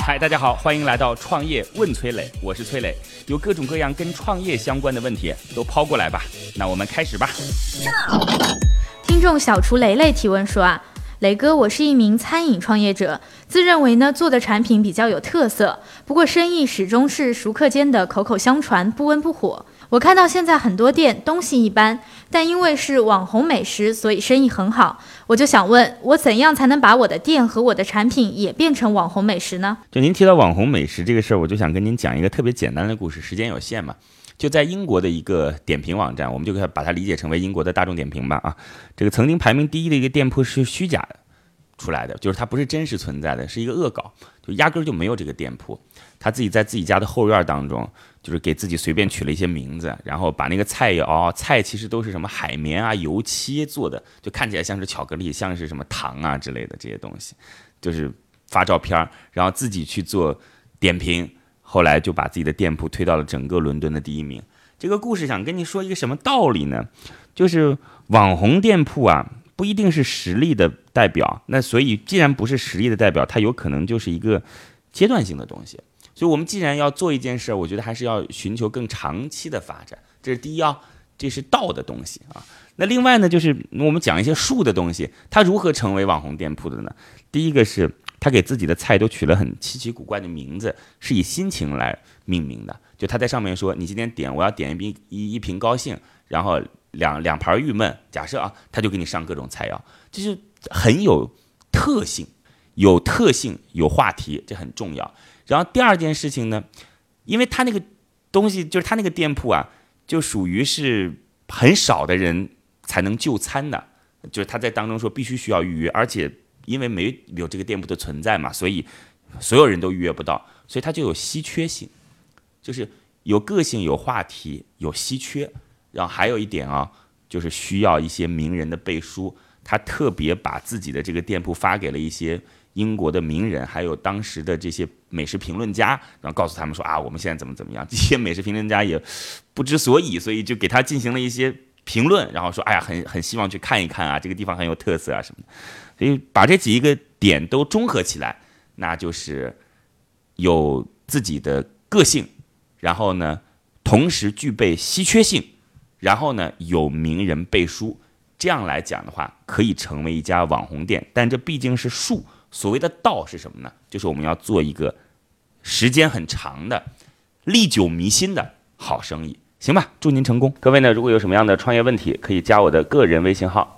嗨，大家好，欢迎来到创业问崔磊，我是崔磊，有各种各样跟创业相关的问题都抛过来吧，那我们开始吧。 听众小厨雷雷提问说雷哥，我是一名餐饮创业者，自认为呢做的产品比较有特色，不过生意始终是熟客间的口口相传，不温不火。我看到现在很多店东西一般，但因为是网红美食，所以生意很好。我就想问，我怎样才能把我的店和我的产品也变成网红美食呢？ 就您提到网红美食这个事儿，我就想跟您讲一个特别简单的故事，时间有限嘛。就在英国的一个点评网站，我们就可以把它理解成为英国的大众点评吧。这个曾经排名第一的一个店铺是虚假的出来的，就是它不是真实存在的，是一个恶搞，就压根儿就没有这个店铺。他自己在自己家的后院当中，就是给自己随便取了一些名字，然后把那个菜菜其实都是什么海绵啊、油漆做的，就看起来像是巧克力，像是什么糖啊之类的这些东西，就是发照片，然后自己去做点评。后来就把自己的店铺推到了整个伦敦的第一名。这个故事想跟你说一个什么道理呢？就是网红店铺不一定是实力的代表，那所以既然不是实力的代表，它有可能就是一个阶段性的东西。所以我们既然要做一件事，我觉得还是要寻求更长期的发展，这是第一这是道的东西那另外呢，就是我们讲一些术的东西，它如何成为网红店铺的呢？第一个是他给自己的菜都取了很稀奇古怪的名字，是以心情来命名的。就他在上面说，你今天我要点一瓶高兴，然后两盘郁闷，假设他就给你上各种菜肴，就是很有特性，有话题，这很重要。然后第二件事情呢，因为他那个东西就是他那个店铺就属于是很少的人才能就餐的，就是他在当中说必须需要预约，而且因为没有这个店铺的存在嘛，所以所有人都预约不到，所以它就有稀缺性，就是有个性、有话题、有稀缺。然后还有一点就是需要一些名人的背书，他特别把自己的这个店铺发给了一些英国的名人，还有当时的这些美食评论家，然后告诉他们说我们现在怎么样。这些美食评论家也不知所以，所以就给他进行了一些评论，然后说很希望去看一看这个地方很有特色什么的。所以把这几个点都综合起来，那就是有自己的个性，然后呢同时具备稀缺性，然后呢有名人背书，这样来讲的话可以成为一家网红店。但这毕竟是术，所谓的道是什么呢？就是我们要做一个时间很长的历久弥新的好生意，行吧？祝您成功。各位呢，如果有什么样的创业问题，可以加我的个人微信号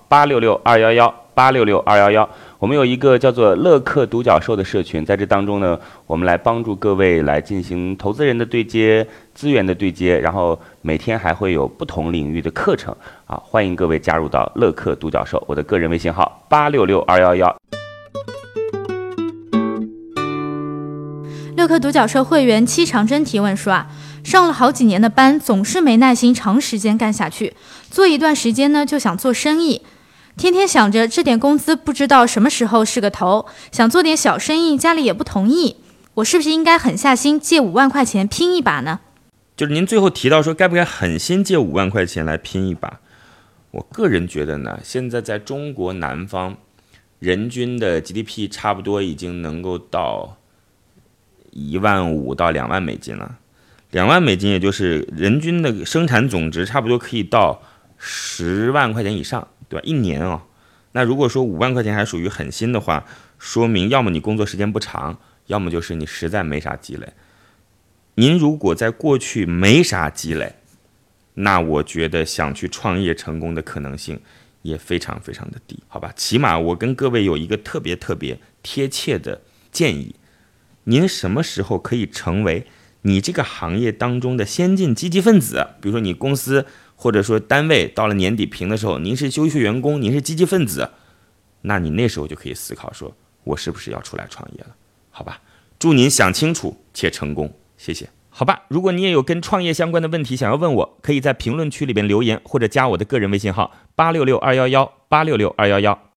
8662118662111，我们有一个叫做乐客独角兽的社群，在这当中呢，我们来帮助各位来进行投资人的对接、资源的对接，然后每天还会有不同领域的课程欢迎各位加入到乐客独角兽，我的个人微信号8662111。 乐客独角兽会员戚长征提问说上了好几年的班，总是没耐心长时间干下去，做一段时间呢就想做生意，天天想着这点工资不知道什么时候是个头，想做点小生意，家里也不同意，我是不是应该狠下心借5万块钱拼一把呢？ 就是您最后提到说该不该狠心借5万块钱来拼一把，我个人觉得呢，现在在中国南方人均的 GDP 差不多已经能够到15000到2万美金了，2万美金也就是人均的生产总值差不多可以到10万块钱以上，对吧？一年那如果说5万块钱还属于狠心的话，说明要么你工作时间不长，要么就是你实在没啥积累。您如果在过去没啥积累，那我觉得想去创业成功的可能性也非常非常的低，好吧？起码我跟各位有一个特别特别贴切的建议，您什么时候可以成为你这个行业当中的先进积极分子？比如说你公司或者说单位到了年底评的时候，您是优秀员工，您是积极分子，那你那时候就可以思考说，我是不是要出来创业了？好吧，祝您想清楚且成功，谢谢。好吧，如果你也有跟创业相关的问题想要问我，可以在评论区里边留言，或者加我的个人微信号8662118662111。